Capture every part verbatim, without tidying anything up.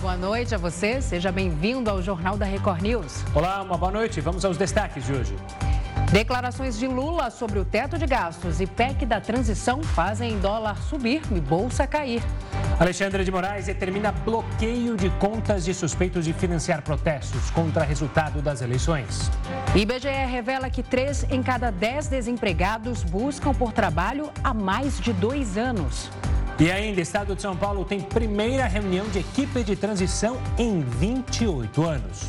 boa noite a você. Seja bem-vindo ao Jornal da Record News. Olá, uma boa noite. Vamos aos destaques de hoje. Declarações de Lula sobre o teto de gastos e P E C da transição fazem dólar subir e bolsa cair. Alexandre de Moraes determina bloqueio de contas de suspeitos de financiar protestos contra resultado das eleições. I B G E revela que três em cada dez desempregados buscam por trabalho há mais de dois anos. E ainda, o Estado de São Paulo tem primeira reunião de equipe de transição em vinte e oito anos.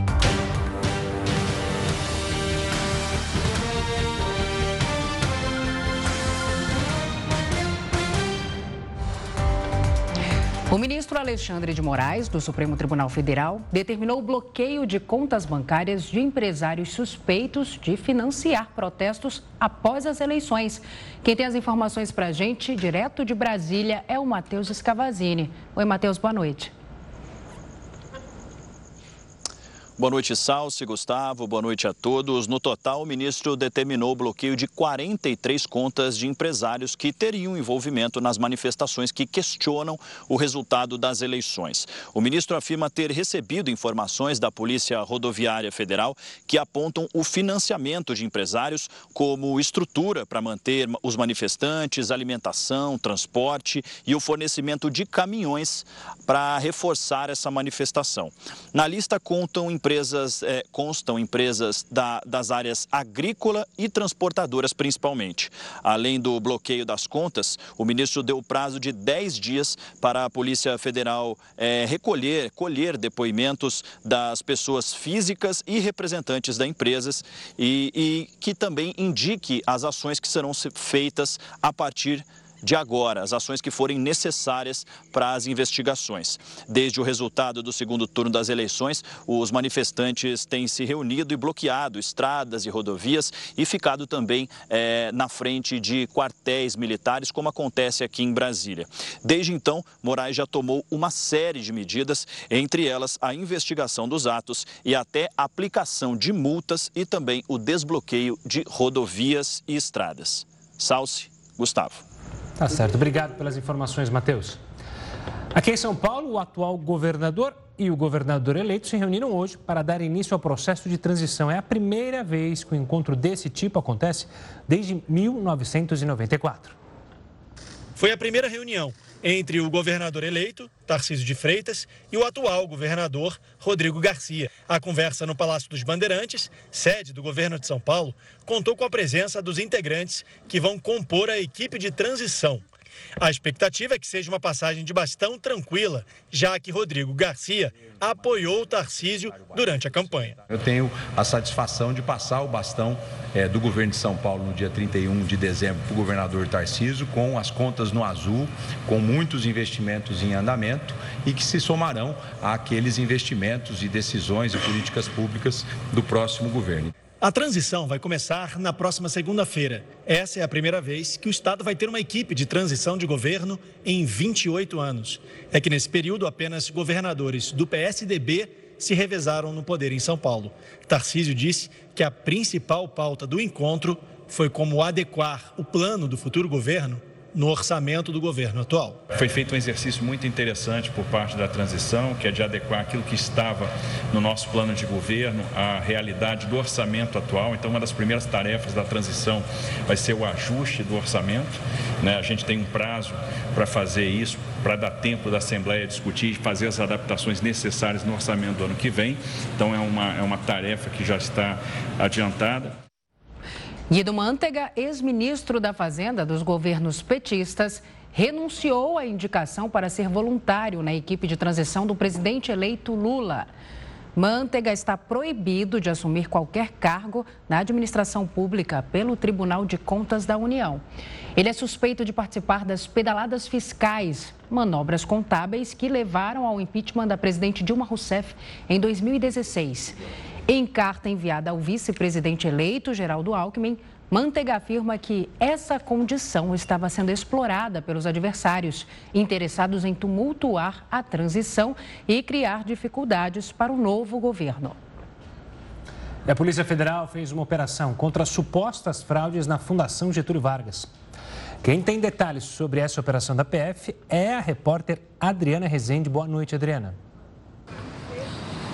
O ministro Alexandre de Moraes, do Supremo Tribunal Federal, determinou o bloqueio de contas bancárias de empresários suspeitos de financiar protestos após as eleições. Quem tem as informações para a gente, direto de Brasília, é o Matheus Scavazini. Oi, Matheus, boa noite. Boa noite, Salsi, Gustavo, boa noite a todos. No total, o ministro determinou o bloqueio de quarenta e três contas de empresários que teriam envolvimento nas manifestações que questionam o resultado das eleições. O ministro afirma ter recebido informações da Polícia Rodoviária Federal que apontam o financiamento de empresários como estrutura para manter os manifestantes, alimentação, transporte e o fornecimento de caminhões para reforçar essa manifestação. Na lista contam empresas Empresas, é, constam empresas da, das áreas agrícola e transportadoras principalmente. Além do bloqueio das contas, o ministro deu prazo de dez dias para a Polícia Federal é, recolher, colher depoimentos das pessoas físicas e representantes das empresas e, e que também indique as ações que serão feitas a partir de agora, as ações que forem necessárias para as investigações. Desde o resultado do segundo turno das eleições, os manifestantes têm se reunido e bloqueado estradas e rodovias e ficado também é, na frente de quartéis militares, como acontece aqui em Brasília. Desde então, Moraes já tomou uma série de medidas, entre elas a investigação dos atos e até a aplicação de multas e também o desbloqueio de rodovias e estradas. Salsi, Gustavo. Tá certo. Obrigado pelas informações, Matheus. Aqui em São Paulo, o atual governador e o governador eleito se reuniram hoje para dar início ao processo de transição. É a primeira vez que um encontro desse tipo acontece desde mil novecentos e noventa e quatro. Foi a primeira reunião entre o governador eleito, Tarcísio de Freitas, e o atual governador, Rodrigo Garcia. A conversa no Palácio dos Bandeirantes, sede do governo de São Paulo, contou com a presença dos integrantes que vão compor a equipe de transição. A expectativa é que seja uma passagem de bastão tranquila, já que Rodrigo Garcia apoiou o Tarcísio durante a campanha. Eu tenho a satisfação de passar o bastão é, do governo de São Paulo no dia trinta e um de dezembro para o governador Tarcísio, com as contas no azul, com muitos investimentos em andamento e que se somarão àqueles investimentos e decisões e políticas públicas do próximo governo. A transição vai começar na próxima segunda-feira. Essa é a primeira vez que o Estado vai ter uma equipe de transição de governo em vinte e oito anos. É que nesse período apenas governadores do P S D B se revezaram no poder em São Paulo. Tarcísio disse que a principal pauta do encontro foi como adequar o plano do futuro governo no orçamento do governo atual. Foi feito um exercício muito interessante por parte da transição, que é de adequar aquilo que estava no nosso plano de governo à realidade do orçamento atual. Então, uma das primeiras tarefas da transição vai ser o ajuste do orçamento, né? A gente tem um prazo para fazer isso, para dar tempo da Assembleia discutir e fazer as adaptações necessárias no orçamento do ano que vem. Então, é uma, é uma tarefa que já está adiantada. Guido Mantega, ex-ministro da Fazenda dos governos petistas, renunciou à indicação para ser voluntário na equipe de transição do presidente eleito Lula. Mantega está proibido de assumir qualquer cargo na administração pública pelo Tribunal de Contas da União. Ele é suspeito de participar das pedaladas fiscais, manobras contábeis que levaram ao impeachment da presidente Dilma Rousseff em dois mil e dezesseis. Em carta enviada ao vice-presidente eleito, Geraldo Alckmin, Mantega afirma que essa condição estava sendo explorada pelos adversários, interessados em tumultuar a transição e criar dificuldades para o novo governo. A Polícia Federal fez uma operação contra supostas fraudes na Fundação Getúlio Vargas. Quem tem detalhes sobre essa operação da P F é a repórter Adriana Rezende. Boa noite, Adriana.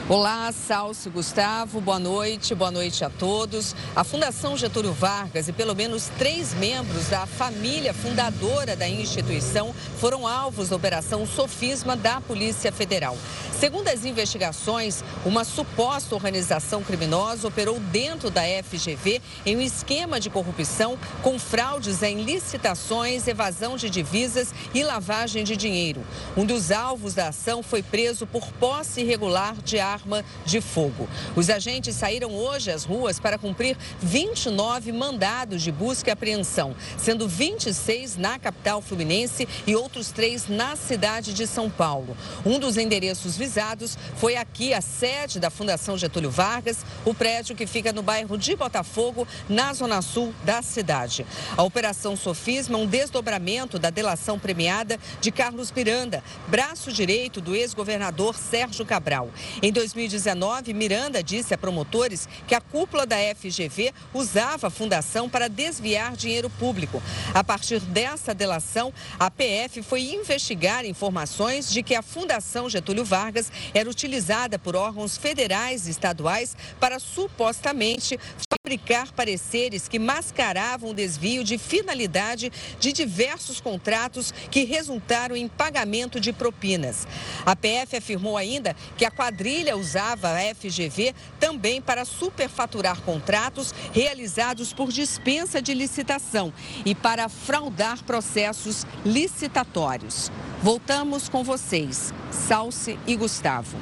Olá, Salso, Gustavo, boa noite, boa noite a todos. A Fundação Getúlio Vargas e pelo menos três membros da família fundadora da instituição foram alvos da Operação Sofisma da Polícia Federal. Segundo as investigações, uma suposta organização criminosa operou dentro da F G V em um esquema de corrupção com fraudes em licitações, evasão de divisas e lavagem de dinheiro. Um dos alvos da ação foi preso por posse irregular de armas arma de fogo. Os agentes saíram hoje às ruas para cumprir vinte e nove mandados de busca e apreensão, sendo vinte e seis na capital fluminense e outros três na cidade de São Paulo. Um dos endereços visados foi aqui a sede da Fundação Getúlio Vargas, o prédio que fica no bairro de Botafogo, na zona sul da cidade. A Operação Sofisma é um desdobramento da delação premiada de Carlos Miranda, braço direito do ex-governador Sérgio Cabral. Em dois mil e dezenove, Miranda disse a promotores que a cúpula da F G V usava a fundação para desviar dinheiro público. A partir dessa delação, a P F foi investigar informações de que a Fundação Getúlio Vargas era utilizada por órgãos federais e estaduais para supostamente fabricar pareceres que mascaravam o desvio de finalidade de diversos contratos que resultaram em pagamento de propinas. A P F afirmou ainda que a quadrilha usava a F G V também para superfaturar contratos realizados por dispensa de licitação e para fraudar processos licitatórios. Voltamos com vocês, Salce e Gustavo.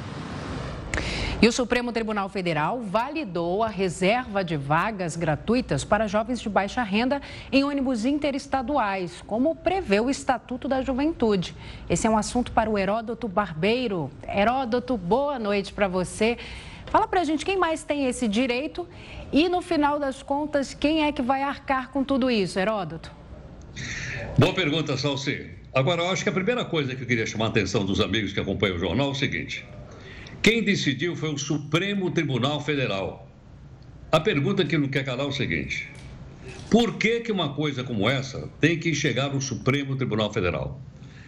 E o Supremo Tribunal Federal validou a reserva de vagas gratuitas para jovens de baixa renda em ônibus interestaduais, como prevê o Estatuto da Juventude. Esse é um assunto para o Heródoto Barbeiro. Heródoto, boa noite para você. Fala pra gente quem mais tem esse direito e, no final das contas, quem é que vai arcar com tudo isso, Heródoto? Boa pergunta, Salci. Agora, eu acho que a primeira coisa que eu queria chamar a atenção dos amigos que acompanham o jornal é o seguinte: quem decidiu foi o Supremo Tribunal Federal. A pergunta que não quer calar é o seguinte: por que que uma coisa como essa tem que chegar no Supremo Tribunal Federal?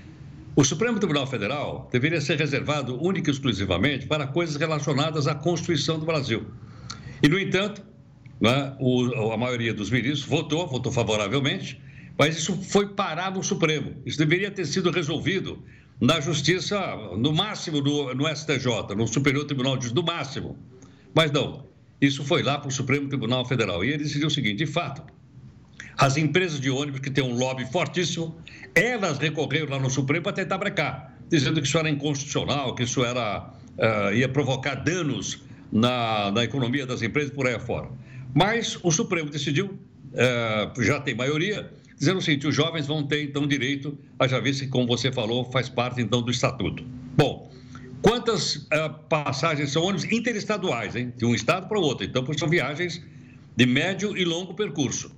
O Supremo Tribunal Federal deveria ser reservado única e exclusivamente para coisas relacionadas à Constituição do Brasil. E, no entanto, né, o, a maioria dos ministros votou, votou favoravelmente, mas isso foi parar no Supremo. Isso deveria ter sido resolvido na Justiça, no máximo no, no S T J, no Superior Tribunal de Justiça, no máximo. Mas não, isso foi lá para o Supremo Tribunal Federal. E ele decidiu o seguinte: de fato, as empresas de ônibus que têm um lobby fortíssimo, elas recorreram lá no Supremo para tentar brecar, dizendo que isso era inconstitucional, que isso era, uh, ia provocar danos na, na economia das empresas por aí afora. Mas o Supremo decidiu, uh, já tem maioria, dizendo o seguinte: os jovens vão ter, então, direito, haja vista que, como você falou, faz parte, então, do Estatuto. Bom, quantas uh, passagens são ônibus interestaduais, hein? De um estado para o outro. Então, são viagens de médio e longo percurso.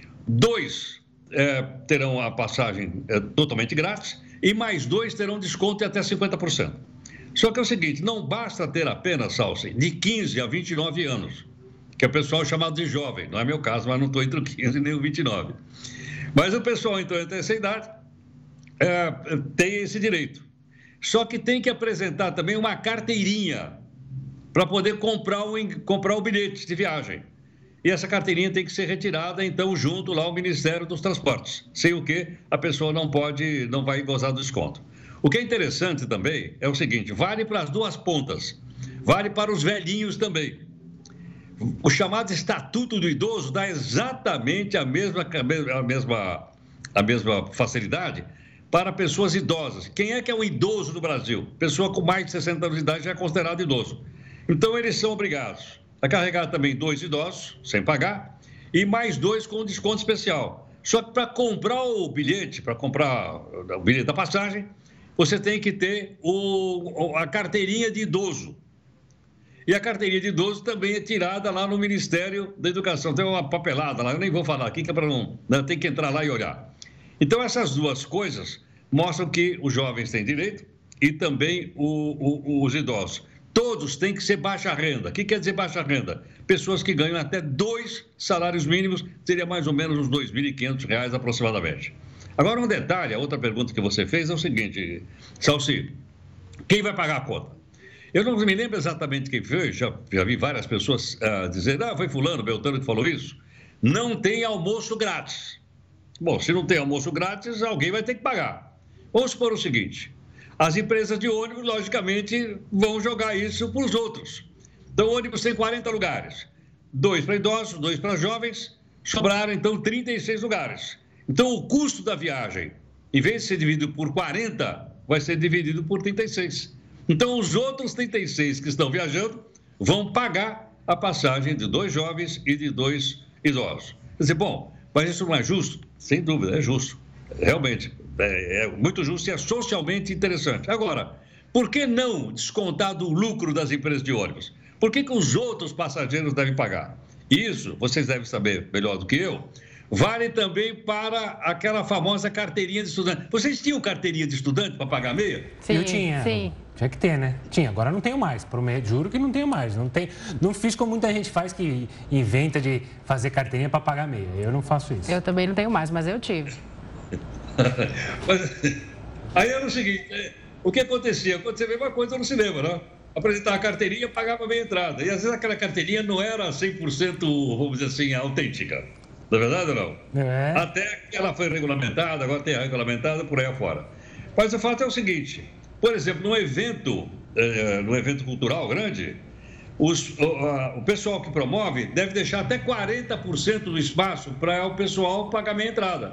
Dois eh, terão a passagem eh, totalmente grátis e mais dois terão desconto de até cinquenta por cento. Só que é o seguinte: não basta ter apenas, Salsi, de quinze a vinte e nove anos, que é o pessoal chamado de jovem. Não é meu caso, mas não estou entre o quinze nem o vinte e nove. Mas o pessoal, então, entre essa idade, é, tem esse direito. Só que tem que apresentar também uma carteirinha para poder comprar o, comprar o bilhete de viagem. E essa carteirinha tem que ser retirada, então, junto lá ao Ministério dos Transportes. Sem o que a pessoa não pode, não vai gozar do desconto. O que é interessante também é o seguinte: vale para as duas pontas. Vale para os velhinhos também. O chamado Estatuto do Idoso dá exatamente a mesma, a mesma, a mesma facilidade para pessoas idosas. Quem é que é um idoso no Brasil? Pessoa com mais de sessenta anos de idade já é considerado idoso. Então, eles são obrigados a carregar também dois idosos, sem pagar, e mais dois com desconto especial. Só que para comprar o bilhete, para comprar o bilhete da passagem, você tem que ter o, a carteirinha de idoso. E a carteirinha de idoso também é tirada lá no Ministério da Educação. Tem uma papelada lá, eu nem vou falar aqui, que é para não, não... Tem que entrar lá e olhar. Então, essas duas coisas mostram que os jovens têm direito e também o, o, os idosos. Todos têm que ser baixa renda. O que quer dizer baixa renda? Pessoas que ganham até dois salários mínimos, seria mais ou menos uns dois mil e quinhentos reais aproximadamente. Agora, um detalhe, a outra pergunta que você fez é o seguinte, Salci: quem vai pagar a conta? Eu não me lembro exatamente quem foi, já, já vi várias pessoas uh, dizer, ah, foi fulano, Beltrano que falou isso. Não tem almoço grátis. Bom, se não tem almoço grátis, alguém vai ter que pagar. Vamos supor o seguinte, as empresas de ônibus, logicamente, vão jogar isso para os outros. Então, o ônibus tem quarenta lugares, dois para idosos, dois para jovens, sobraram, então, trinta e seis lugares. Então, o custo da viagem, em vez de ser dividido por quarenta, vai ser dividido por trinta e seis. Então, os outros trinta e seis que estão viajando vão pagar a passagem de dois jovens e de dois idosos. Quer dizer, bom, mas isso não é justo? Sem dúvida, é justo. Realmente, é, é muito justo e é socialmente interessante. Agora, por que não descontar do lucro das empresas de ônibus? Por que que os outros passageiros devem pagar? Isso, vocês devem saber melhor do que eu, vale também para aquela famosa carteirinha de estudante. Vocês tinham carteirinha de estudante para pagar meia? Sim, eu tinha. Sim. Tinha que ter, né? Tinha, agora não tenho mais. Prometo, juro que não tenho mais. Não, tem, não fiz como muita gente faz, que inventa de fazer carteirinha para pagar meia. Eu não faço isso. Eu também não tenho mais, mas eu tive. Mas, aí era o seguinte, o que acontecia? Acontecia a mesma coisa no cinema, não? Apresentava a carteirinha, pagava meia entrada. E às vezes aquela carteirinha não era cem por cento, vamos dizer assim, autêntica. Não é verdade ou não? É. Até que ela foi regulamentada, agora tem regulamentada por aí afora. Mas o fato é o seguinte, por exemplo, num evento, eh, num evento cultural grande, os, o, a, o pessoal que promove deve deixar até quarenta por cento do espaço para o pessoal pagar meia entrada.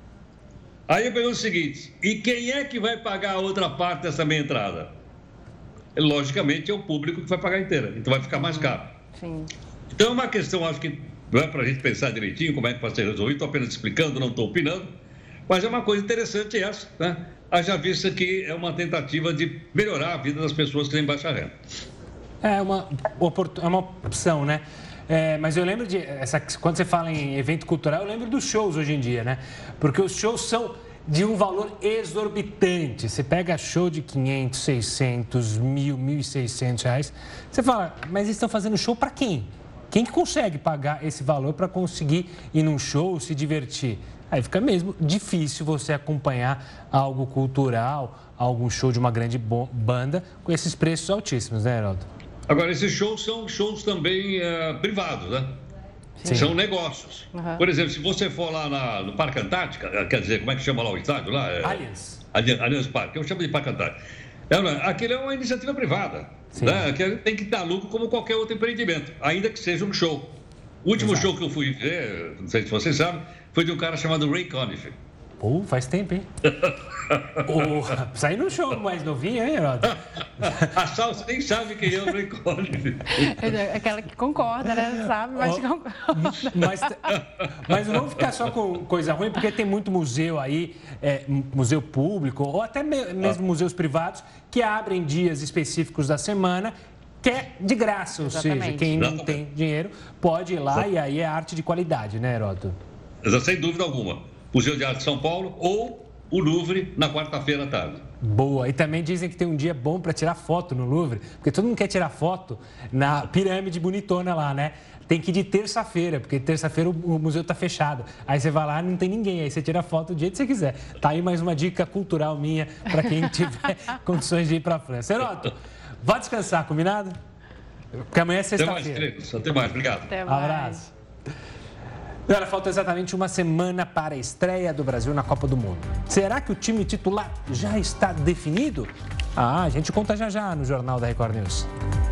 Aí eu pergunto o seguinte, e quem é que vai pagar a outra parte dessa meia entrada? Logicamente é o público que vai pagar inteira, então vai ficar mais caro. Sim. Então é uma questão, acho que não é para a gente pensar direitinho como é que pode ser resolvido, estou apenas explicando, não estou opinando, mas é uma coisa interessante essa, né? Haja vista que é uma tentativa de melhorar a vida das pessoas que têm baixa renda. É uma, é uma opção, né? É, mas eu lembro de, essa, quando você fala em evento cultural, eu lembro dos shows hoje em dia, né? Porque os shows são de um valor exorbitante. Você pega show de quinhentos, seiscentos, mil, mil e seiscentos reais. Você fala, mas eles estão fazendo show para quem? Quem que consegue pagar esse valor para conseguir ir num show, se divertir? Aí fica mesmo difícil você acompanhar algo cultural, algum show de uma grande banda com esses preços altíssimos, né, Heraldo? Agora, esses shows são shows também uh, privados, né? Sim. São negócios. Uhum. Por exemplo, se você for lá na, no Parque Antártica, quer dizer, como é que chama lá o estádio? Lá? É, Allianz. Allianz Parque, eu chamo de Parque Antártica. É, aquilo é uma iniciativa privada, né? Que tem que dar lucro como qualquer outro empreendimento, ainda que seja um show. O último Exato. show que eu fui ver, não sei se vocês sabem, foi de um cara chamado Ray Conniff. Pô, faz tempo, hein? oh, saí no show mais novinho, hein, Heraldo? A Salsa nem sabe quem é o Ray Conniff. Aquela que concorda, né? Sabe, mas oh, concorda. Mas, mas não vamos ficar só com coisa ruim, porque tem muito museu aí, é, museu público, ou até mesmo ah. museus privados, que abrem dias específicos da semana, que é de graça, ou Exatamente. seja, quem não tem dinheiro pode ir lá e aí é arte de qualidade, né, Heraldo? Sem dúvida alguma. Museu de Arte de São Paulo ou o Louvre na quarta-feira à tarde. Boa. E também dizem que tem um dia bom para tirar foto no Louvre, porque todo mundo quer tirar foto na pirâmide bonitona lá, né? Tem que ir de terça-feira, porque terça-feira o museu está fechado. Aí você vai lá e não tem ninguém, aí você tira foto do jeito que você quiser. Tá aí mais uma dica cultural minha para quem tiver condições de ir para a França. Heroto, vá descansar, combinado? Porque amanhã é sexta-feira. Até mais, queridos. Até mais, obrigado. Até mais. Abraço. Agora, falta exatamente uma semana para a estreia do Brasil na Copa do Mundo. Será que o time titular já está definido? Ah, a gente conta já já no Jornal da Record News.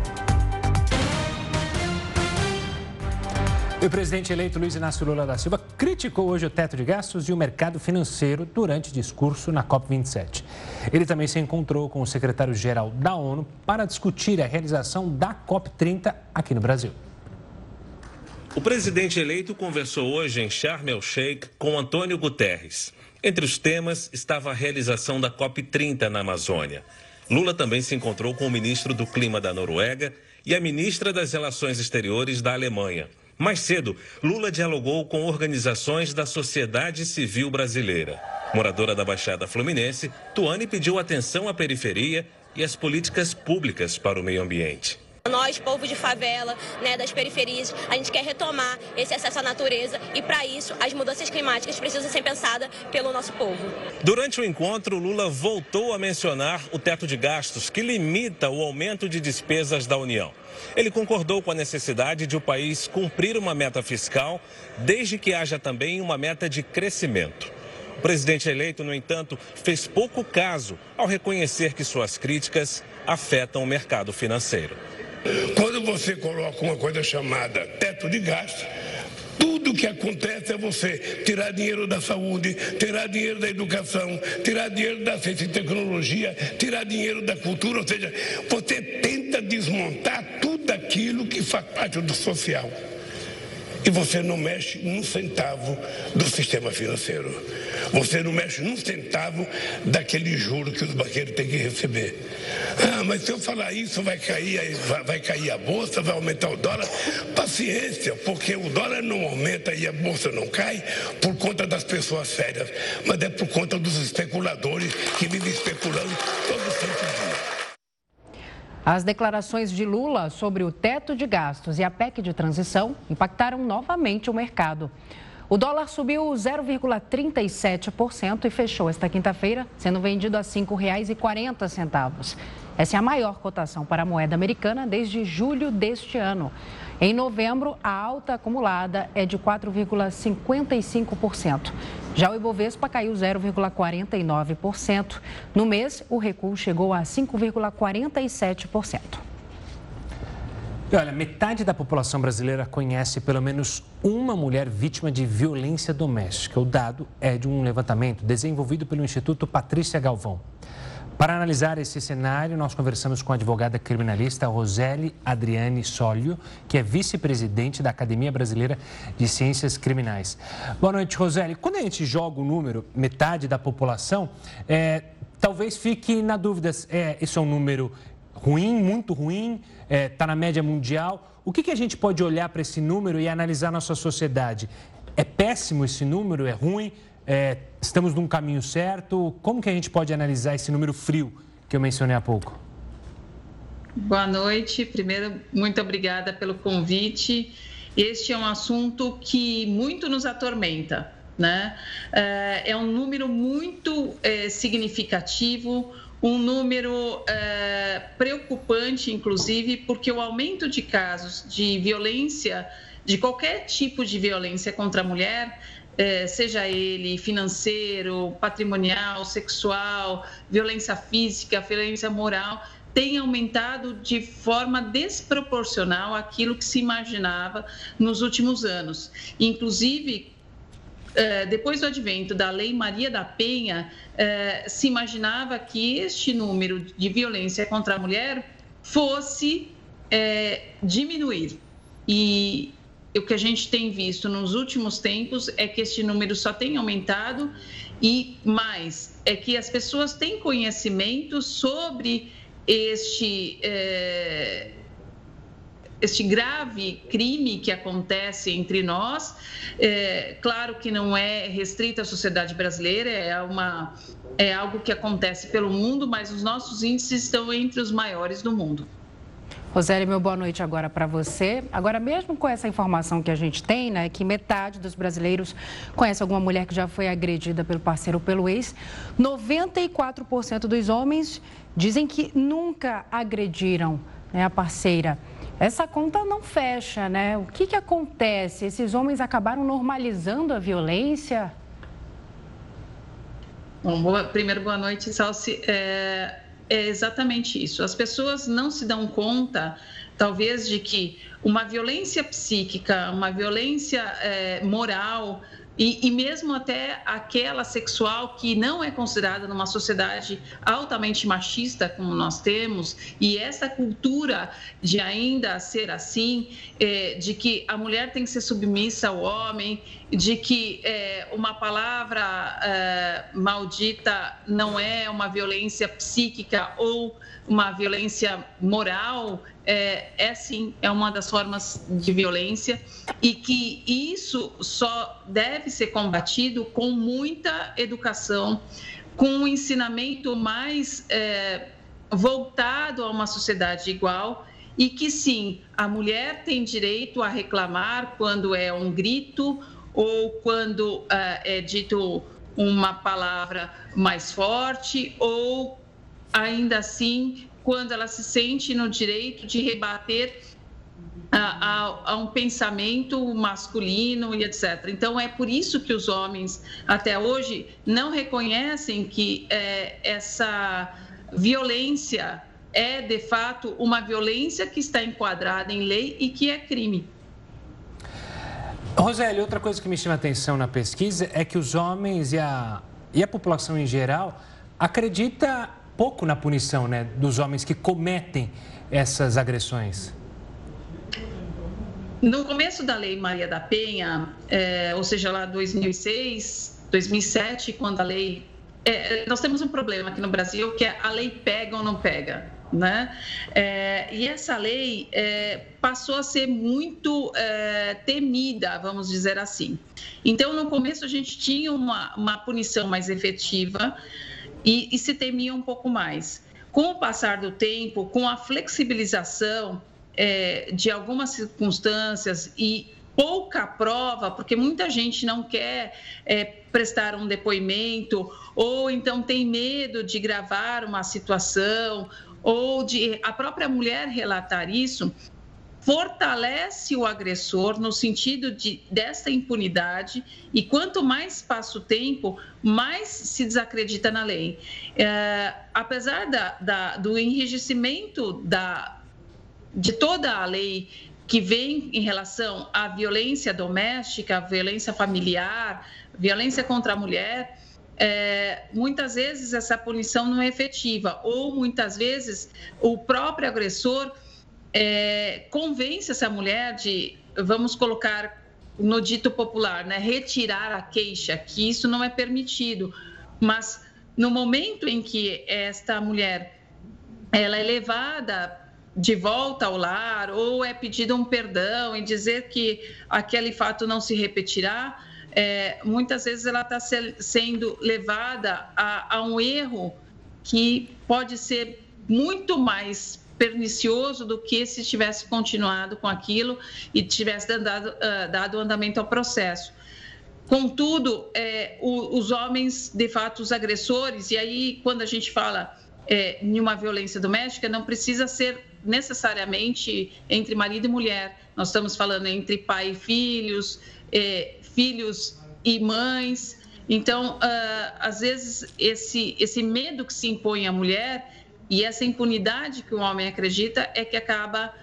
O presidente eleito Luiz Inácio Lula da Silva criticou hoje o teto de gastos e o mercado financeiro durante discurso na COP vinte e sete. Ele também se encontrou com o secretário-geral da ONU para discutir a realização da COP trinta aqui no Brasil. O presidente eleito conversou hoje em Sharm el-Sheikh com Antônio Guterres. Entre os temas estava a realização da COP trinta na Amazônia. Lula também se encontrou com o ministro do Clima da Noruega e a ministra das Relações Exteriores da Alemanha. Mais cedo, Lula dialogou com organizações da sociedade civil brasileira. Moradora da Baixada Fluminense, Tuane pediu atenção à periferia e às políticas públicas para o meio ambiente. nós, povo de favela, né, das periferias, a gente quer retomar esse acesso à natureza e, para isso, as mudanças climáticas precisam ser pensadas pelo nosso povo. Durante o encontro, Lula voltou a mencionar o teto de gastos que limita o aumento de despesas da União. Ele concordou com a necessidade de o país cumprir uma meta fiscal, desde que haja também uma meta de crescimento. O presidente eleito, no entanto, fez pouco caso ao reconhecer que suas críticas afetam o mercado financeiro. Quando você coloca uma coisa chamada teto de gastos, tudo que acontece é você tirar dinheiro da saúde, tirar dinheiro da educação, tirar dinheiro da ciência e tecnologia, tirar dinheiro da cultura, ou seja, você tenta desmontar tudo aquilo que faz parte do social. E você não mexe num centavo do sistema financeiro. Você não mexe num centavo daquele juro que os banqueiros têm que receber. Ah, mas se eu falar isso, vai cair, vai, vai cair a bolsa, vai aumentar o dólar. Paciência, porque o dólar não aumenta e a bolsa não cai por conta das pessoas sérias, mas é por conta dos especuladores que vivem especulando todo santo dia. As declarações de Lula sobre o teto de gastos e a P E C de transição impactaram novamente o mercado. O dólar subiu zero vírgula trinta e sete por cento e fechou esta quinta-feira, sendo vendido a cinco reais e quarenta centavos. Essa é a maior cotação para a moeda americana desde julho deste ano. Em novembro, a alta acumulada é de quatro vírgula cinquenta e cinco por cento. Já o Ibovespa caiu zero vírgula quarenta e nove por cento. No mês, o recuo chegou a cinco vírgula quarenta e sete por cento. E olha, metade da população brasileira conhece pelo menos uma mulher vítima de violência doméstica. O dado é de um levantamento desenvolvido pelo Instituto Patrícia Galvão. Para analisar esse cenário, nós conversamos com a advogada criminalista Roseli Adriane Sólio, que é vice-presidente da Academia Brasileira de Ciências Criminais. Boa noite, Roseli. Quando a gente joga o número, metade da população, é, talvez fique na dúvida, é, isso é um número ruim, muito ruim, está é, na média mundial. O que, que a gente pode olhar para esse número e analisar nossa sociedade? É péssimo esse número? É ruim? É, estamos num caminho certo? Como que a gente pode analisar esse número frio que eu mencionei há pouco? Boa noite. Primeiro, muito obrigada pelo convite. Este é um assunto que muito nos atormenta, né? É um número muito é, significativo, um número é, preocupante, inclusive, porque o aumento de casos de violência, de qualquer tipo de violência contra a mulher, É, seja ele financeiro, patrimonial, sexual, violência física, violência moral, tem aumentado de forma desproporcional àquilo que se imaginava nos últimos anos. Inclusive, é, depois do advento da Lei Maria da Penha, é, se imaginava que este número de violência contra a mulher fosse é, diminuir. E o que a gente tem visto nos últimos tempos é que este número só tem aumentado e mais, é que as pessoas têm conhecimento sobre este, é, este grave crime que acontece entre nós. É, claro que não é restrito à sociedade brasileira, é, uma, é algo que acontece pelo mundo, mas os nossos índices estão entre os maiores do mundo. Roseli, meu boa noite agora para você. Agora, mesmo com essa informação que a gente tem, né, que metade dos brasileiros conhece alguma mulher que já foi agredida pelo parceiro ou pelo ex, noventa e quatro por cento dos homens dizem que nunca agrediram, né, a parceira. Essa conta não fecha, né? O que que acontece? Esses homens acabaram normalizando a violência? Bom, boa, primeiro, boa noite, Salsi. É... É exatamente isso. As pessoas não se dão conta, talvez, de que uma violência psíquica, uma violência é, moral e, e mesmo até aquela sexual que não é considerada numa sociedade altamente machista como nós temos, e essa cultura de ainda ser assim, é, de que a mulher tem que ser submissa ao homem, de que é, uma palavra é, maldita não é uma violência psíquica ou uma violência moral, é, é sim, é uma das formas de violência, e que isso só deve ser combatido com muita educação, com um ensinamento mais é, voltado a uma sociedade igual e que sim, a mulher tem direito a reclamar quando é um grito ou quando uh, é dito uma palavra mais forte, ou ainda assim quando ela se sente no direito de rebater a, a, a um pensamento masculino e etcétera. Então, é por isso que os homens, até hoje, não reconhecem que é, essa violência é, de fato, uma violência que está enquadrada em lei e que é crime. Roseli, outra coisa que me chama a atenção na pesquisa é que os homens e a, e a população em geral acredita pouco na punição, né, dos homens que cometem essas agressões. No começo da Lei Maria da Penha, é, ou seja, lá dois mil e seis, dois mil e sete, quando a lei... É, nós temos um problema aqui no Brasil, que é a lei pega ou não pega, né? É, e essa lei é, passou a ser muito é, temida, vamos dizer assim. Então, no começo, a gente tinha uma, uma punição mais efetiva e, e se temia um pouco mais. Com o passar do tempo, com a flexibilização é, de algumas circunstâncias e pouca prova, porque muita gente não quer é, prestar um depoimento, ou então tem medo de gravar uma situação, ou de a própria mulher relatar isso, fortalece o agressor no sentido de, dessa impunidade, e quanto mais passa o tempo, mais se desacredita na lei. É, apesar da, da, do enrijecimento da, de toda a lei que vem em relação à violência doméstica, à violência familiar, violência contra a mulher, é, muitas vezes essa punição não é efetiva, ou muitas vezes o próprio agressor é, convence essa mulher de, vamos colocar no dito popular, né, retirar a queixa, que isso não é permitido. Mas no momento em que esta mulher ela é levada de volta ao lar, ou é pedido um perdão e dizer que aquele fato não se repetirá, é, muitas vezes ela está se, sendo levada a, a um erro que pode ser muito mais pernicioso do que se tivesse continuado com aquilo e tivesse dado, uh, dado andamento ao processo. Contudo, é, o, os homens, de fato, os agressores, e aí quando a gente fala é, em uma violência doméstica, não precisa ser necessariamente entre marido e mulher. Nós estamos falando entre pai e filhos, eh, filhos e mães. Então, uh, às vezes, esse, esse medo que se impõe à mulher e essa impunidade que o homem acredita é que acaba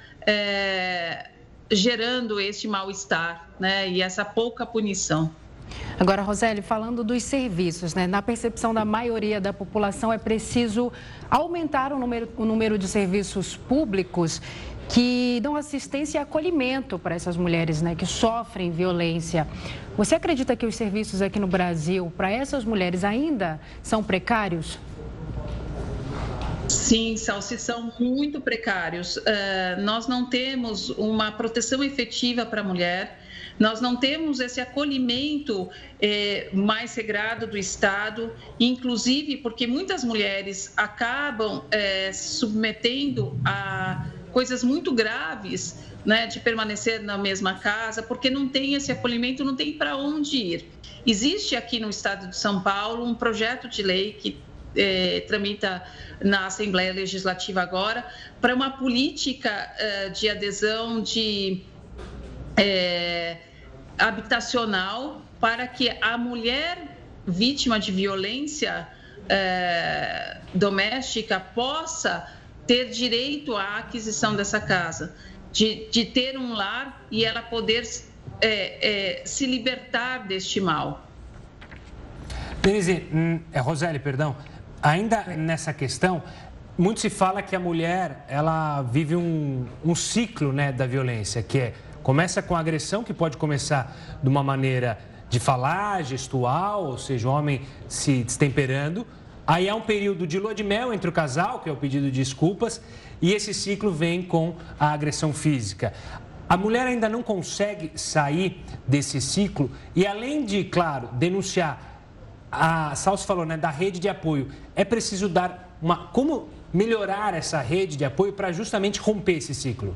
eh, gerando este mal-estar, né? E essa pouca punição. Agora, Roseli, falando dos serviços, né? Na percepção da maioria da população, é preciso aumentar o número, o número de serviços públicos que dão assistência e acolhimento para essas mulheres, né, que sofrem violência. Você acredita que os serviços aqui no Brasil, para essas mulheres, ainda são precários? Sim, Salsi, são muito precários. Uh, nós não temos uma proteção efetiva para a mulher. Nós não temos esse acolhimento eh, mais regrado do Estado, inclusive porque muitas mulheres acabam eh, se submetendo a coisas muito graves, né, de permanecer na mesma casa, porque não tem esse acolhimento, não tem para onde ir. Existe aqui no Estado de São Paulo um projeto de lei que eh, tramita na Assembleia Legislativa agora, para uma política eh, de adesão de... Eh, habitacional para que a mulher vítima de violência eh, doméstica possa ter direito à aquisição dessa casa, de, de ter um lar e ela poder eh, eh, se libertar deste mal. Denise, é Roseli, perdão, ainda nessa questão, muito se fala que a mulher ela vive um, um ciclo, né, da violência, que é começa com a agressão, que pode começar de uma maneira de falar, gestual, ou seja, o homem se destemperando. Aí há um período de lua de mel entre o casal, que é o pedido de desculpas, e esse ciclo vem com a agressão física. A mulher ainda não consegue sair desse ciclo e, além de, claro, denunciar, a Salsi falou, né, da rede de apoio, é preciso dar uma... Como melhorar essa rede de apoio para justamente romper esse ciclo?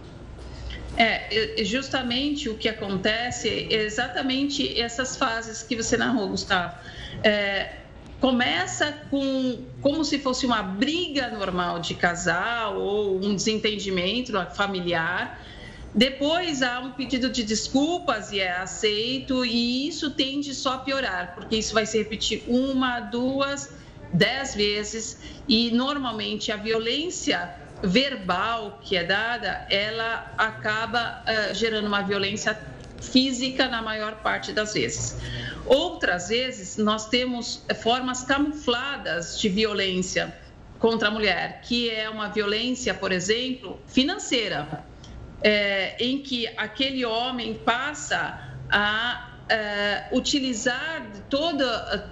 É, justamente o que acontece é exatamente essas fases que você narrou, Gustavo. É, começa com como se fosse uma briga normal de casal ou um desentendimento familiar. Depois há um pedido de desculpas e é aceito, e isso tende só a piorar, porque isso vai se repetir uma, duas, dez vezes, e normalmente a violência verbal que é dada, ela acaba uh, gerando uma violência física na maior parte das vezes. Outras vezes, nós temos formas camufladas de violência contra a mulher, que é uma violência, por exemplo, financeira. É, em que aquele homem passa a é, utilizar todo,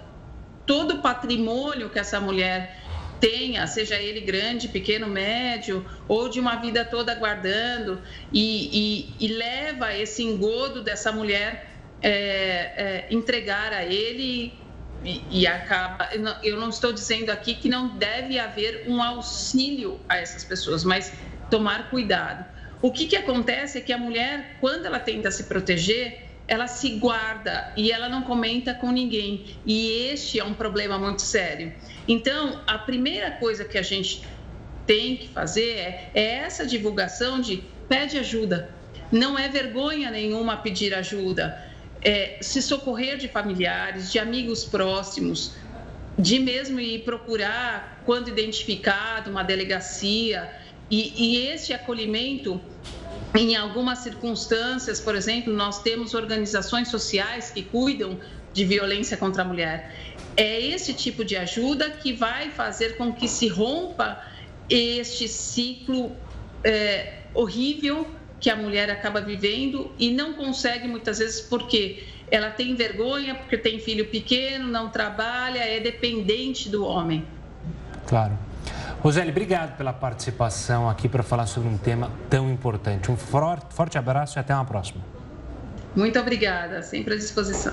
todo o patrimônio que essa mulher tenha, seja ele grande, pequeno, médio, ou de uma vida toda guardando, e, e, e leva esse engodo dessa mulher é, é, entregar a ele e, e acaba... Eu não estou dizendo aqui que não deve haver um auxílio a essas pessoas, mas tomar cuidado. O que, que acontece é que a mulher, quando ela tenta se proteger, ela se guarda e ela não comenta com ninguém. E este é um problema muito sério. Então, a primeira coisa que a gente tem que fazer é, é essa divulgação de pede ajuda. Não é vergonha nenhuma pedir ajuda. É, se socorrer de familiares, de amigos próximos, de mesmo ir procurar, quando identificado, uma delegacia. E, e esse acolhimento, em algumas circunstâncias, por exemplo, nós temos organizações sociais que cuidam de violência contra a mulher. É esse tipo de ajuda que vai fazer com que se rompa este ciclo é, horrível que a mulher acaba vivendo e não consegue muitas vezes porque ela tem vergonha, porque tem filho pequeno, não trabalha, é dependente do homem. Claro. Roseli, obrigado pela participação aqui para falar sobre um tema tão importante. Um forte abraço e até uma próxima. Muito obrigada, sempre à disposição.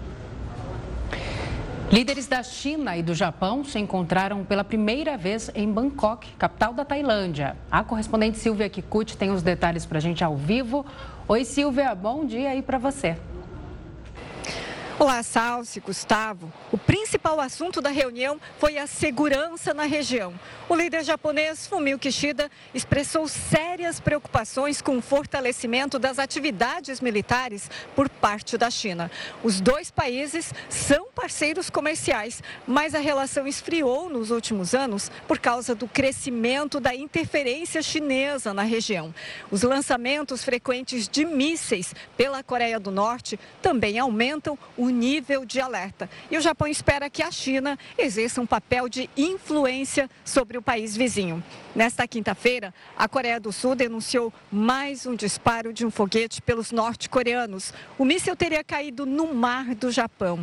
Líderes da China e do Japão se encontraram pela primeira vez em Bangkok, capital da Tailândia. A correspondente Silvia Kikuchi tem os detalhes para a gente ao vivo. Oi, Silvia, bom dia aí para você. Olá, Salsi, Gustavo. O principal assunto da reunião foi a segurança na região. O líder japonês Fumio Kishida expressou sérias preocupações com o fortalecimento das atividades militares por parte da China. Os dois países são parceiros comerciais, mas a relação esfriou nos últimos anos por causa do crescimento da interferência chinesa na região. Os lançamentos frequentes de mísseis pela Coreia do Norte também aumentam o nível de alerta. E o Japão espera que a China exerça um papel de influência sobre o país vizinho. Nesta quinta-feira, a Coreia do Sul denunciou mais um disparo de um foguete pelos norte-coreanos. O míssil teria caído no mar do Japão.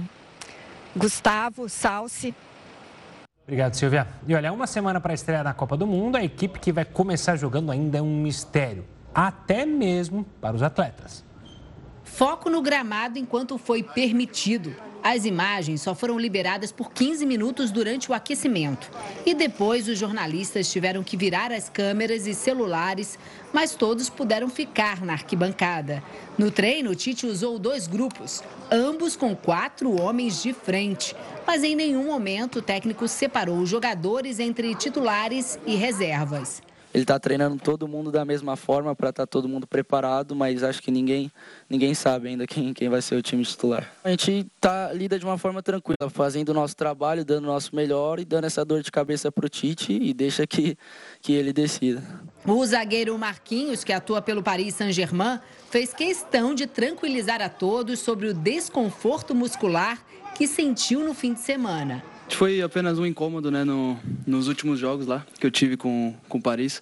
Gustavo, Salsi. Obrigado, Silvia. E olha, uma semana para a estreia na Copa do Mundo, a equipe que vai começar jogando ainda é um mistério, até mesmo para os atletas. Foco no gramado enquanto foi permitido. As imagens só foram liberadas por quinze minutos durante o aquecimento. E depois os jornalistas tiveram que virar as câmeras e celulares, mas todos puderam ficar na arquibancada. No treino, Tite usou dois grupos, ambos com quatro homens de frente. Mas em nenhum momento o técnico separou os jogadores entre titulares e reservas. Ele está treinando todo mundo da mesma forma para estar tá todo mundo preparado, mas acho que ninguém, ninguém sabe ainda quem, quem vai ser o time titular. A gente tá, lida de uma forma tranquila, fazendo o nosso trabalho, dando o nosso melhor e dando essa dor de cabeça para o Tite e deixa que, que ele decida. O zagueiro Marquinhos, que atua pelo Paris Saint-Germain, fez questão de tranquilizar a todos sobre o desconforto muscular que sentiu no fim de semana. Foi apenas um incômodo, né, no, nos últimos jogos lá que eu tive com, com o Paris.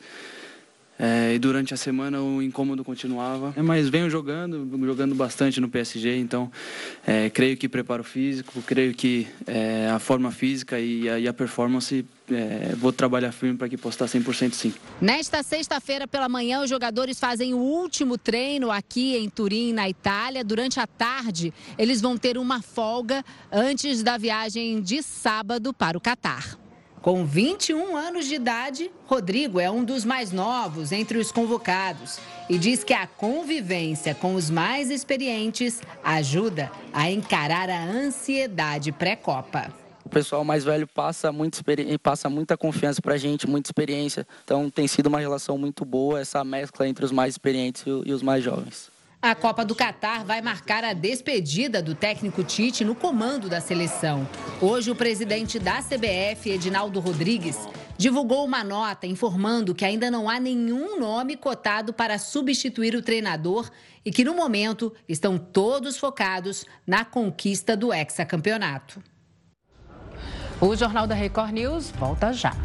É, e durante a semana o incômodo continuava. É, mas venho jogando, jogando bastante no P S G, então é, creio que preparo físico, creio que é, a forma física e a, e a performance, é, vou trabalhar firme para que possa estar cem por cento sim. Nesta sexta-feira pela manhã, os jogadores fazem o último treino aqui em Turim, na Itália. Durante a tarde, eles vão ter uma folga antes da viagem de sábado para o Catar. Com vinte e um anos de idade, Rodrigo é um dos mais novos entre os convocados e diz que a convivência com os mais experientes ajuda a encarar a ansiedade pré-Copa. O pessoal mais velho passa, muito, passa muita confiança pra gente, muita experiência. Então tem sido uma relação muito boa essa mescla entre os mais experientes e os mais jovens. A Copa do Catar vai marcar a despedida do técnico Tite no comando da seleção. Hoje, o presidente da C B F, Edinaldo Rodrigues, divulgou uma nota informando que ainda não há nenhum nome cotado para substituir o treinador e que, no momento, estão todos focados na conquista do hexacampeonato. O Jornal da Record News volta já.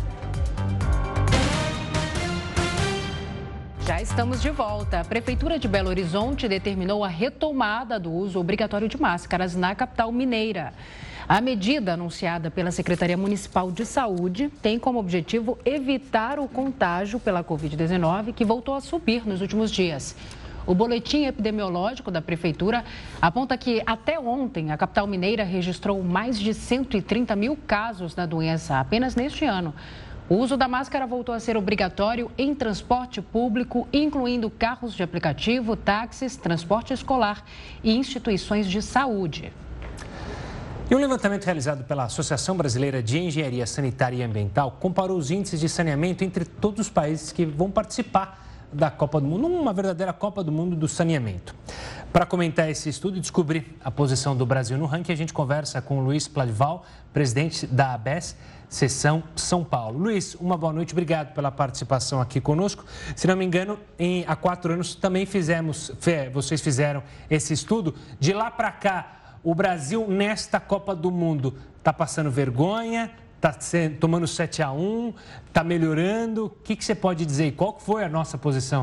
Já estamos de volta. A Prefeitura de Belo Horizonte determinou a retomada do uso obrigatório de máscaras na capital mineira. A medida anunciada pela Secretaria Municipal de Saúde tem como objetivo evitar o contágio pela covid dezenove, que voltou a subir nos últimos dias. O boletim epidemiológico da Prefeitura aponta que até ontem a capital mineira registrou mais de cento e trinta mil casos da doença apenas neste ano. O uso da máscara voltou a ser obrigatório em transporte público, incluindo carros de aplicativo, táxis, transporte escolar e instituições de saúde. E um levantamento realizado pela Associação Brasileira de Engenharia Sanitária e Ambiental comparou os índices de saneamento entre todos os países que vão participar da Copa do Mundo, uma verdadeira Copa do Mundo do saneamento. Para comentar esse estudo e descobrir a posição do Brasil no ranking, a gente conversa com o Luiz Pladival, presidente da A B E S, Seção São Paulo. Luiz, uma boa noite, obrigado pela participação aqui conosco. Se não me engano, em, há quatro anos também fizemos, vocês fizeram esse estudo. De lá para cá, o Brasil nesta Copa do Mundo está passando vergonha, está tomando sete a um, está melhorando. O que, que você pode dizer e qual foi a nossa posição?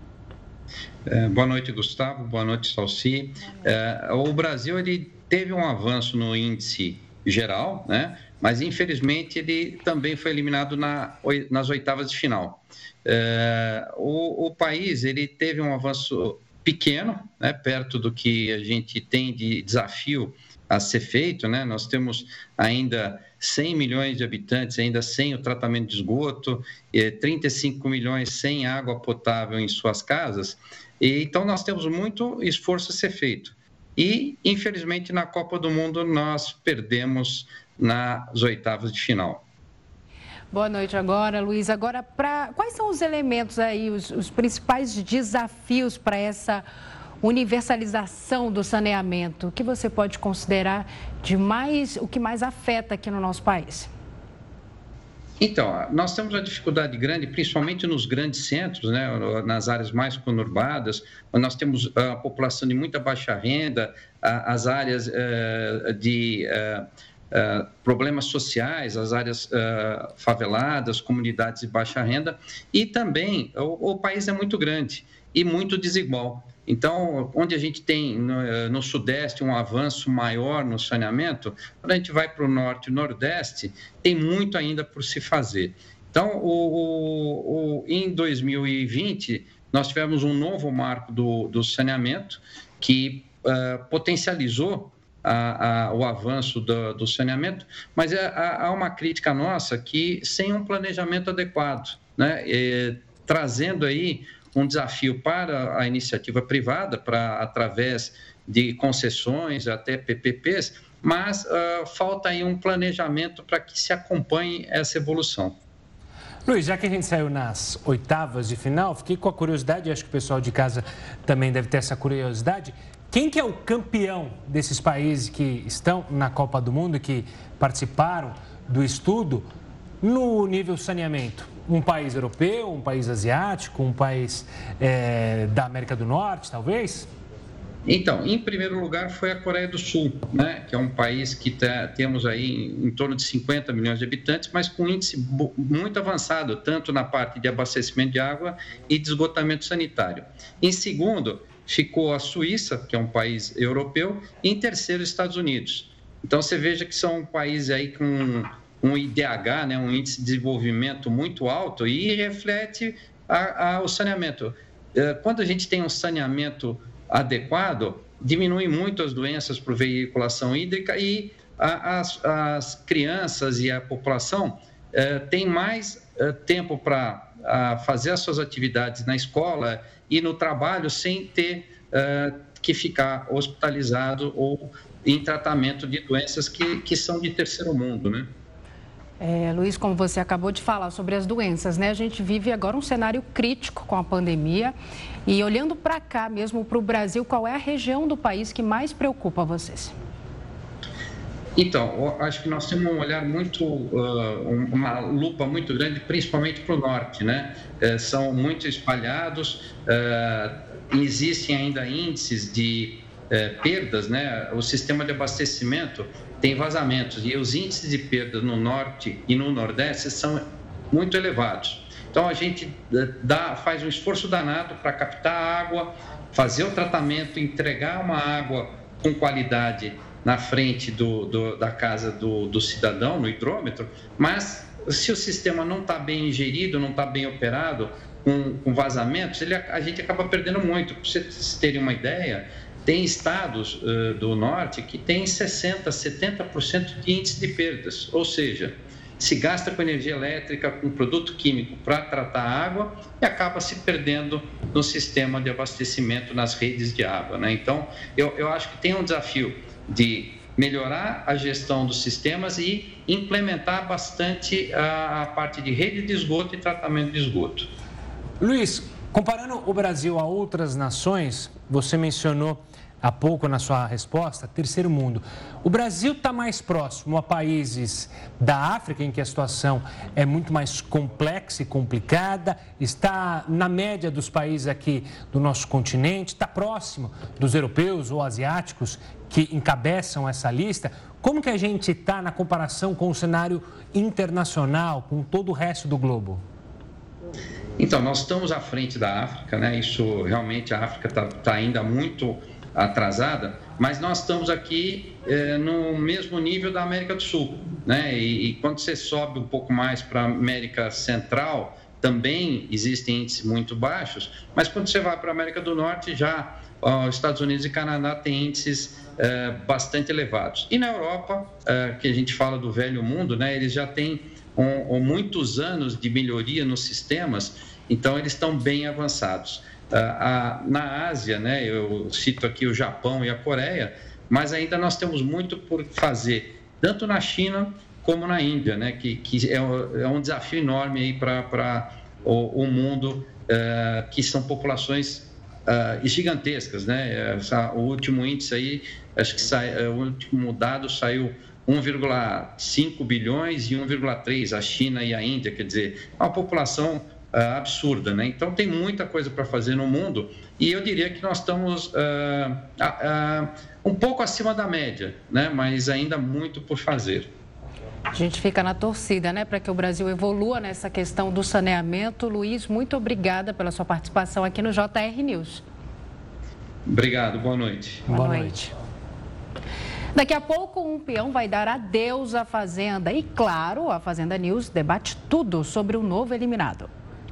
É, boa noite, Gustavo. Boa noite, Salci. É, o Brasil ele teve um avanço no índice geral, né? Mas infelizmente ele também foi eliminado na, nas oitavas de final. É, o, o país ele teve um avanço pequeno, né? Perto do que a gente tem de desafio a ser feito, né? Nós temos ainda cem milhões de habitantes, ainda sem o tratamento de esgoto, trinta e cinco milhões sem água potável em suas casas. E, então, nós temos muito esforço a ser feito. E, infelizmente, na Copa do Mundo, nós perdemos nas oitavas de final. Boa noite agora, Luiz. Agora, pra... quais são os elementos aí, os, os principais desafios para essa universalização do saneamento? O que você pode considerar de mais, o que mais afeta aqui no nosso país? Então, nós temos uma dificuldade grande, principalmente nos grandes centros, né, nas áreas mais conurbadas, onde nós temos a população de muita baixa renda, as áreas uh, de uh, uh, problemas sociais, as áreas uh, faveladas, comunidades de baixa renda, e também o, o país é muito grande e muito desigual. Então, onde a gente tem no, no Sudeste um avanço maior no saneamento, quando a gente vai para o Norte e Nordeste, tem muito ainda por se fazer. Então, o, o, o, em dois mil e vinte, nós tivemos um novo marco do, do saneamento que uh, potencializou a, a, o avanço do, do saneamento, mas é, há, há uma crítica nossa que sem um planejamento adequado, né, é, trazendo aí um desafio para a iniciativa privada, para através de concessões, até P P Ps, mas uh, falta aí um planejamento para que se acompanhe essa evolução. Luiz, já que a gente saiu nas oitavas de final, fiquei com a curiosidade, acho que o pessoal de casa também deve ter essa curiosidade. Quem que é o campeão desses países que estão na Copa do Mundo, que participaram do estudo, no nível saneamento? Um país europeu, um país asiático, um país é, da América do Norte, talvez? Então, em primeiro lugar foi a Coreia do Sul, né, que é um país que tá, temos aí em, em torno de cinquenta milhões de habitantes, mas com um índice muito avançado, tanto na parte de abastecimento de água e de esgotamento sanitário. Em segundo, ficou a Suíça, que é um país europeu, e em terceiro, os Estados Unidos. Então, você veja que são países aí com um I D H, né, um índice de desenvolvimento muito alto e reflete a, a, o saneamento. Quando a gente tem um saneamento adequado, diminui muito as doenças por veiculação hídrica e a, as, as crianças e a população tem mais tempo para fazer as suas atividades na escola e no trabalho sem ter que ficar hospitalizado ou em tratamento de doenças que, que são de terceiro mundo, né? É, Luiz, como você acabou de falar sobre as doenças, né? A gente vive agora um cenário crítico com a pandemia e olhando para cá mesmo, para o Brasil, qual é a região do país que mais preocupa vocês? Então, acho que nós temos um olhar muito, uma lupa muito grande, principalmente para o norte, né? São muito espalhados, existem ainda índices de perdas, né? O sistema de abastecimento tem vazamentos e os índices de perdas no norte e no nordeste são muito elevados. Então, a gente dá, faz um esforço danado para captar água, fazer o tratamento, entregar uma água com qualidade na frente do, do, da casa do, do cidadão, no hidrômetro, mas se o sistema não está bem ingerido, não está bem operado, com, com vazamentos, ele, a gente acaba perdendo muito. Para vocês terem uma ideia, tem estados uh, do norte que tem sessenta por cento, setenta por cento de índice de perdas, ou seja, se gasta com energia elétrica, com produto químico para tratar a água e acaba se perdendo no sistema de abastecimento nas redes de água, né? Então, eu, eu acho que tem um desafio de melhorar a gestão dos sistemas e implementar bastante a, a parte de rede de esgoto e tratamento de esgoto. Luiz, comparando o Brasil a outras nações, você mencionou há pouco na sua resposta, terceiro mundo. O Brasil está mais próximo a países da África, em que a situação é muito mais complexa e complicada, está na média dos países aqui do nosso continente, está próximo dos europeus ou asiáticos que encabeçam essa lista. Como que a gente está na comparação com o cenário internacional, com todo o resto do globo? Então, nós estamos à frente da África, né? Isso realmente a África está tá ainda muito atrasada, mas nós estamos aqui é, no mesmo nível da América do Sul, né? E, e quando você sobe um pouco mais para a América Central, também existem índices muito baixos, mas quando você vai para a América do Norte, já ó, Estados Unidos e Canadá têm índices é, bastante elevados. E na Europa, é, que a gente fala do velho mundo, né? Eles já têm um, um, muitos anos de melhoria nos sistemas, então eles estão bem avançados. Na Ásia, né, eu cito aqui o Japão e a Coreia, mas ainda nós temos muito por fazer, tanto na China como na Índia, né, que, que é um desafio enorme aí para o, o mundo, uh, que são populações uh, gigantescas, né? Essa, o último índice aí, acho que sai, o último dado saiu um vírgula cinco bilhões e um vírgula três, a China e a Índia, quer dizer, uma população Uh, absurda, né? Então tem muita coisa para fazer no mundo e eu diria que nós estamos uh, uh, uh, um pouco acima da média, né? Mas ainda muito por fazer. A gente fica na torcida, né, para que o Brasil evolua nessa questão do saneamento. Luiz, muito obrigada pela sua participação aqui no J R News. Obrigado, boa noite. Boa, boa noite. noite. Daqui a pouco, um peão vai dar adeus à Fazenda e, claro, a Fazenda News debate tudo sobre o novo eliminado.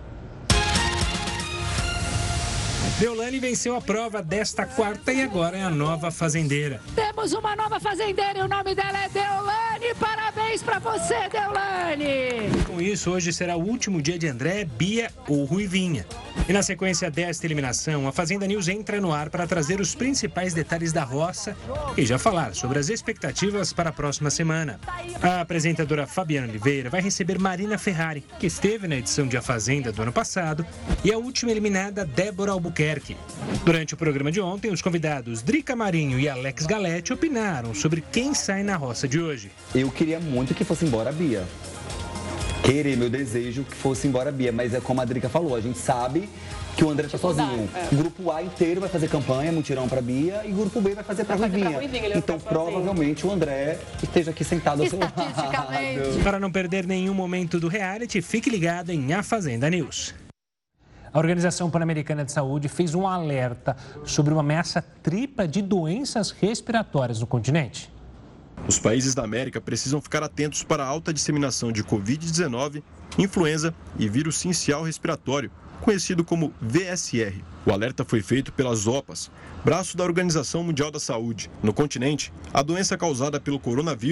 Deolane venceu a prova desta quarta e agora é a nova fazendeira. Temos uma nova fazendeira e o nome dela é Deolane. Parabéns pra você, Deolane! Com isso, hoje será o último dia de André, Bia ou Ruivinha. E na sequência desta eliminação, a Fazenda News entra no ar para trazer os principais detalhes da roça e já falar sobre as expectativas para a próxima semana. A apresentadora Fabiana Oliveira vai receber Marina Ferrari, que esteve na edição de A Fazenda do ano passado, e a última eliminada, Débora Albuquerque. Durante o programa de ontem, os convidados Drica Marinho e Alex Galete opinaram sobre quem sai na roça de hoje. Eu queria muito que fosse embora a Bia. Querer, meu desejo que fosse embora a Bia, mas é como a Drica falou, a gente sabe que o André tá sozinho. O grupo A inteiro vai fazer campanha, mutirão pra Bia, e o grupo B vai fazer pra Ruivinha. Então, provavelmente, o André esteja aqui sentado ao seu lado. Para não perder nenhum momento do reality, fique ligado em A Fazenda News. A Organização Pan-Americana de Saúde fez um alerta sobre uma ameaça tripla de doenças respiratórias no continente. Os países da América precisam ficar atentos para a alta disseminação de covid dezenove, influenza e vírus sincial respiratório, conhecido como V S R. O alerta foi feito pelas OPAS, braço da Organização Mundial da Saúde. No continente, a doença causada pelo coronavírus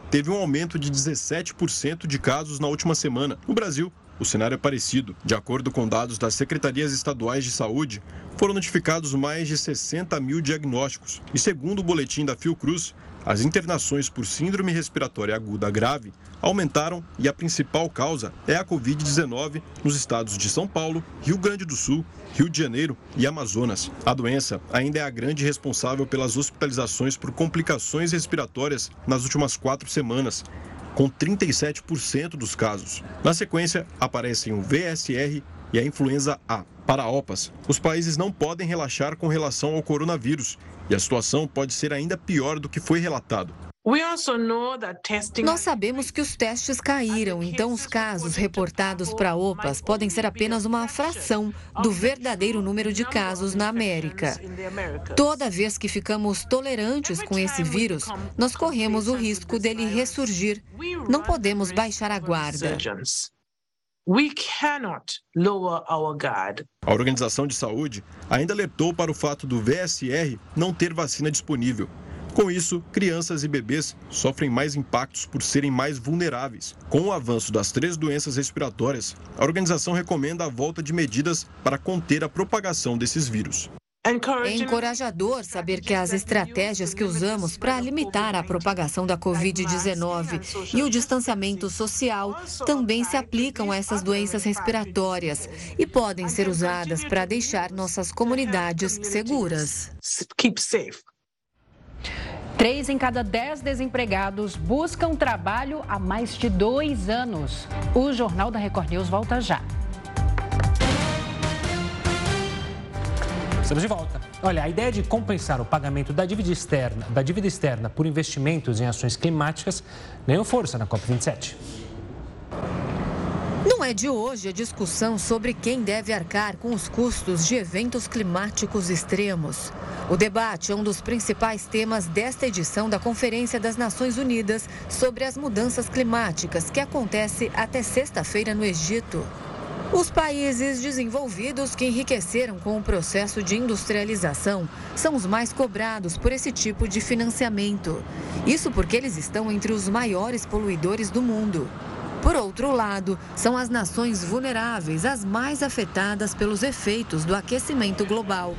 teve um aumento de dezessete por cento de casos na última semana. No Brasil, o cenário é parecido. De acordo com dados das secretarias estaduais de saúde, foram notificados mais de sessenta mil diagnósticos. E segundo o boletim da Fiocruz, as internações por síndrome respiratória aguda grave aumentaram e a principal causa é a covid dezenove nos estados de São Paulo, Rio Grande do Sul, Rio de Janeiro e Amazonas. A doença ainda é a grande responsável pelas hospitalizações por complicações respiratórias nas últimas quatro semanas, com trinta e sete por cento dos casos. Na sequência, aparecem o V S R e a influenza A. Para a OPAS, os países não podem relaxar com relação ao coronavírus e a situação pode ser ainda pior do que foi relatado. Nós sabemos que os testes caíram, então os casos reportados para a OPAS podem ser apenas uma fração do verdadeiro número de casos na América. Toda vez que ficamos tolerantes com esse vírus, nós corremos o risco dele ressurgir. Não podemos baixar a guarda. We cannot lower our guard. A Organização de Saúde ainda alertou para o fato do V S R não ter vacina disponível. Com isso, crianças e bebês sofrem mais impactos por serem mais vulneráveis. Com o avanço das três doenças respiratórias, a organização recomenda a volta de medidas para conter a propagação desses vírus. É encorajador saber que as estratégias que usamos para limitar a propagação da covid dezenove e o distanciamento social também se aplicam a essas doenças respiratórias e podem ser usadas para deixar nossas comunidades seguras. Três em cada dez desempregados buscam trabalho há mais de dois anos. O Jornal da Record News volta já. Estamos de volta. Olha, a ideia de compensar o pagamento da dívida externa, da dívida externa por investimentos em ações climáticas ganhou força na COP vinte e sete. Não é de hoje a discussão sobre quem deve arcar com os custos de eventos climáticos extremos. O debate é um dos principais temas desta edição da Conferência das Nações Unidas sobre as Mudanças Climáticas, que acontece até sexta-feira no Egito. Os países desenvolvidos que enriqueceram com o processo de industrialização são os mais cobrados por esse tipo de financiamento. Isso porque eles estão entre os maiores poluidores do mundo. Por outro lado, são as nações vulneráveis as mais afetadas pelos efeitos do aquecimento global.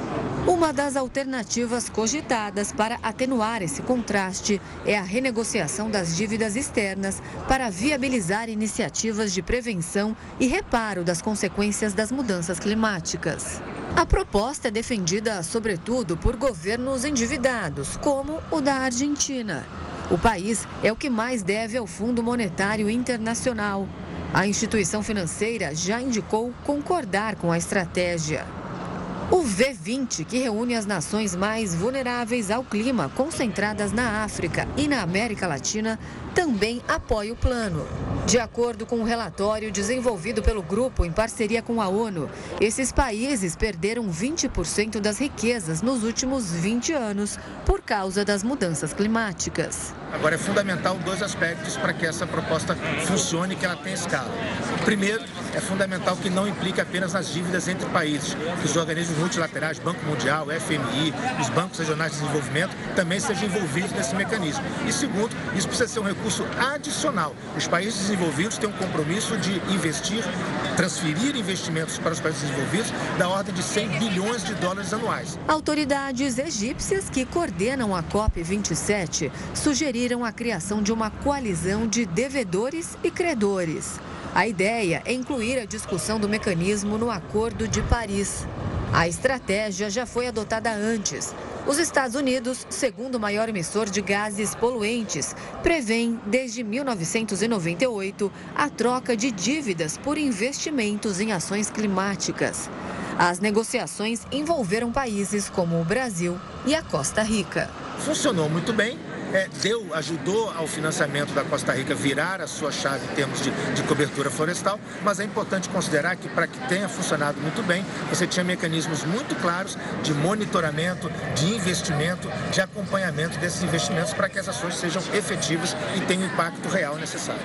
Uma das alternativas cogitadas para atenuar esse contraste é a renegociação das dívidas externas para viabilizar iniciativas de prevenção e reparo das consequências das mudanças climáticas. A proposta é defendida, sobretudo, por governos endividados, como o da Argentina. O país é o que mais deve ao Fundo Monetário Internacional. A instituição financeira já indicou concordar com a estratégia. O V vinte, que reúne as nações mais vulneráveis ao clima, concentradas na África e na América Latina, também apoia o plano. De acordo com um relatório desenvolvido pelo grupo em parceria com a ONU, esses países perderam vinte por cento das riquezas nos últimos vinte anos por causa das mudanças climáticas. Agora, é fundamental dois aspectos para que essa proposta funcione e que ela tenha escala. Primeiro, é fundamental que não implique apenas nas dívidas entre países, que os organismos multilaterais, Banco Mundial, F M I, os bancos regionais de desenvolvimento também sejam envolvidos nesse mecanismo. E segundo, isso precisa ser um recurso adicional. Os países desenvolvidos têm um compromisso de investir, transferir investimentos para os países desenvolvidos da ordem de cem bilhões de dólares anuais. Autoridades egípcias que coordenam a COP vinte e sete sugeriram a criação de uma coalizão de devedores e credores. A ideia é incluir a discussão do mecanismo no Acordo de Paris. A estratégia já foi adotada antes. Os Estados Unidos, segundo o maior emissor de gases poluentes, prevêem, desde mil novecentos e noventa e oito, a troca de dívidas por investimentos em ações climáticas. As negociações envolveram países como o Brasil e a Costa Rica. Funcionou muito bem. É, deu, ajudou ao financiamento da Costa Rica virar a sua chave em termos de, de cobertura florestal, mas é importante considerar que, para que tenha funcionado muito bem, você tinha mecanismos muito claros de monitoramento, de investimento, de acompanhamento desses investimentos para que as ações sejam efetivas e tenham o impacto real necessário.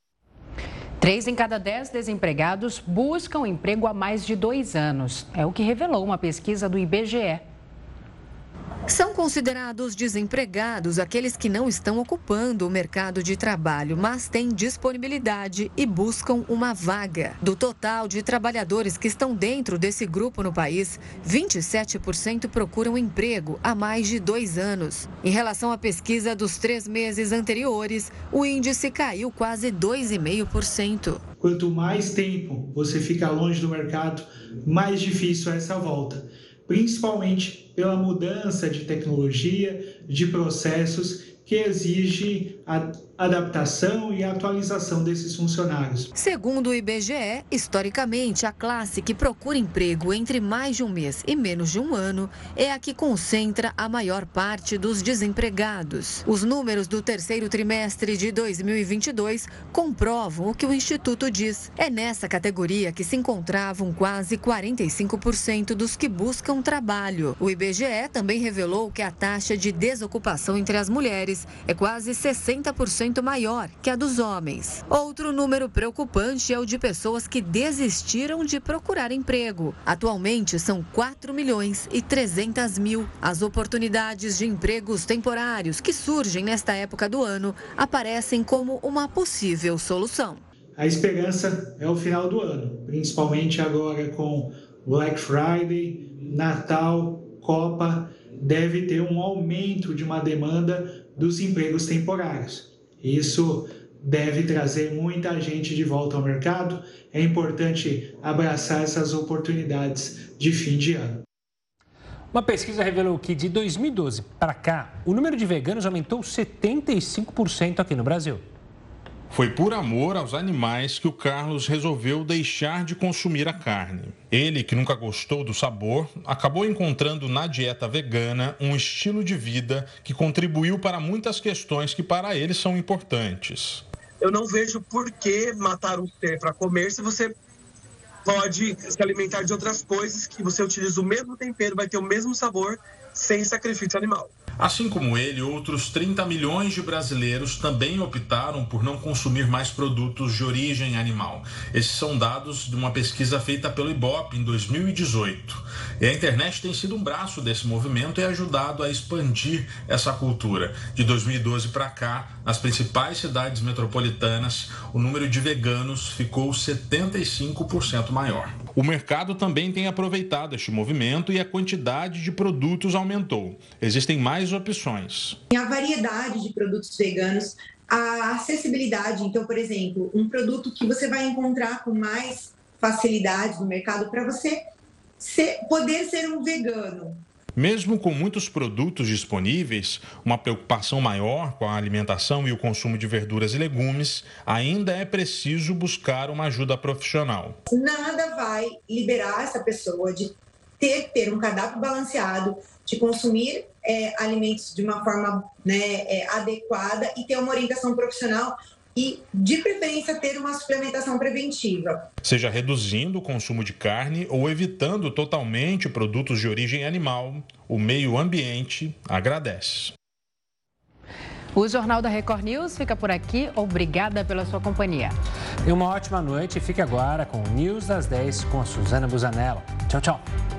Três em cada dez desempregados buscam emprego há mais de dois anos. É o que revelou uma pesquisa do I B G E. São considerados desempregados aqueles que não estão ocupando o mercado de trabalho, mas têm disponibilidade e buscam uma vaga. Do total de trabalhadores que estão dentro desse grupo no país, vinte e sete por cento procuram emprego há mais de dois anos. Em relação à pesquisa dos três meses anteriores, o índice caiu quase dois vírgula cinco por cento. Quanto mais tempo você fica longe do mercado, mais difícil é essa volta. Principalmente pela mudança de tecnologia, de processos que exige a adaptação e atualização desses funcionários. Segundo o I B G E, historicamente, a classe que procura emprego entre mais de um mês e menos de um ano é a que concentra a maior parte dos desempregados. Os números do terceiro trimestre de dois mil e vinte e dois comprovam o que o Instituto diz. É nessa categoria que se encontravam quase quarenta e cinco por cento dos que buscam trabalho. O I B G E também revelou que a taxa de desocupação entre as mulheres é quase sessenta por cento maior que a dos homens. Outro número preocupante é o de pessoas que desistiram de procurar emprego. Atualmente são quatro milhões e trezentos mil. As oportunidades de empregos temporários que surgem nesta época do ano aparecem como uma possível solução. A esperança é o final do ano, principalmente agora com Black Friday, Natal, Copa, deve ter um aumento de uma demanda dos empregos temporários. Isso deve trazer muita gente de volta ao mercado. É importante abraçar essas oportunidades de fim de ano. Uma pesquisa revelou que de dois mil e doze para cá, o número de veganos aumentou setenta e cinco por cento aqui no Brasil. Foi por amor aos animais que o Carlos resolveu deixar de consumir a carne. Ele, que nunca gostou do sabor, acabou encontrando na dieta vegana um estilo de vida que contribuiu para muitas questões que para ele são importantes. Eu não vejo por que matar um ser para comer se você pode se alimentar de outras coisas que você utiliza o mesmo tempero, vai ter o mesmo sabor sem sacrifício animal. Assim como ele, outros trinta milhões de brasileiros também optaram por não consumir mais produtos de origem animal. Esses são dados de uma pesquisa feita pelo Ibope em dois mil e dezoito. E a internet tem sido um braço desse movimento e ajudado a expandir essa cultura. De dois mil e doze para cá, nas principais cidades metropolitanas, o número de veganos ficou setenta e cinco por cento maior. O mercado também tem aproveitado este movimento e a quantidade de produtos aumentou. Existem mais opções. A variedade de produtos veganos, a acessibilidade. Então, por exemplo, um produto que você vai encontrar com mais facilidade no mercado para você ser, poder ser um vegano. Mesmo com muitos produtos disponíveis, uma preocupação maior com a alimentação e o consumo de verduras e legumes, ainda é preciso buscar uma ajuda profissional. Nada vai liberar essa pessoa de ter, ter um cardápio balanceado, de consumir é, alimentos de uma forma né, é, adequada e ter uma orientação profissional e, de preferência, ter uma suplementação preventiva. Seja reduzindo o consumo de carne ou evitando totalmente produtos de origem animal, o meio ambiente agradece. O Jornal da Record News fica por aqui. Obrigada pela sua companhia. E uma ótima noite. Fique agora com o News das dez com a Suzana Busanello. Tchau, tchau.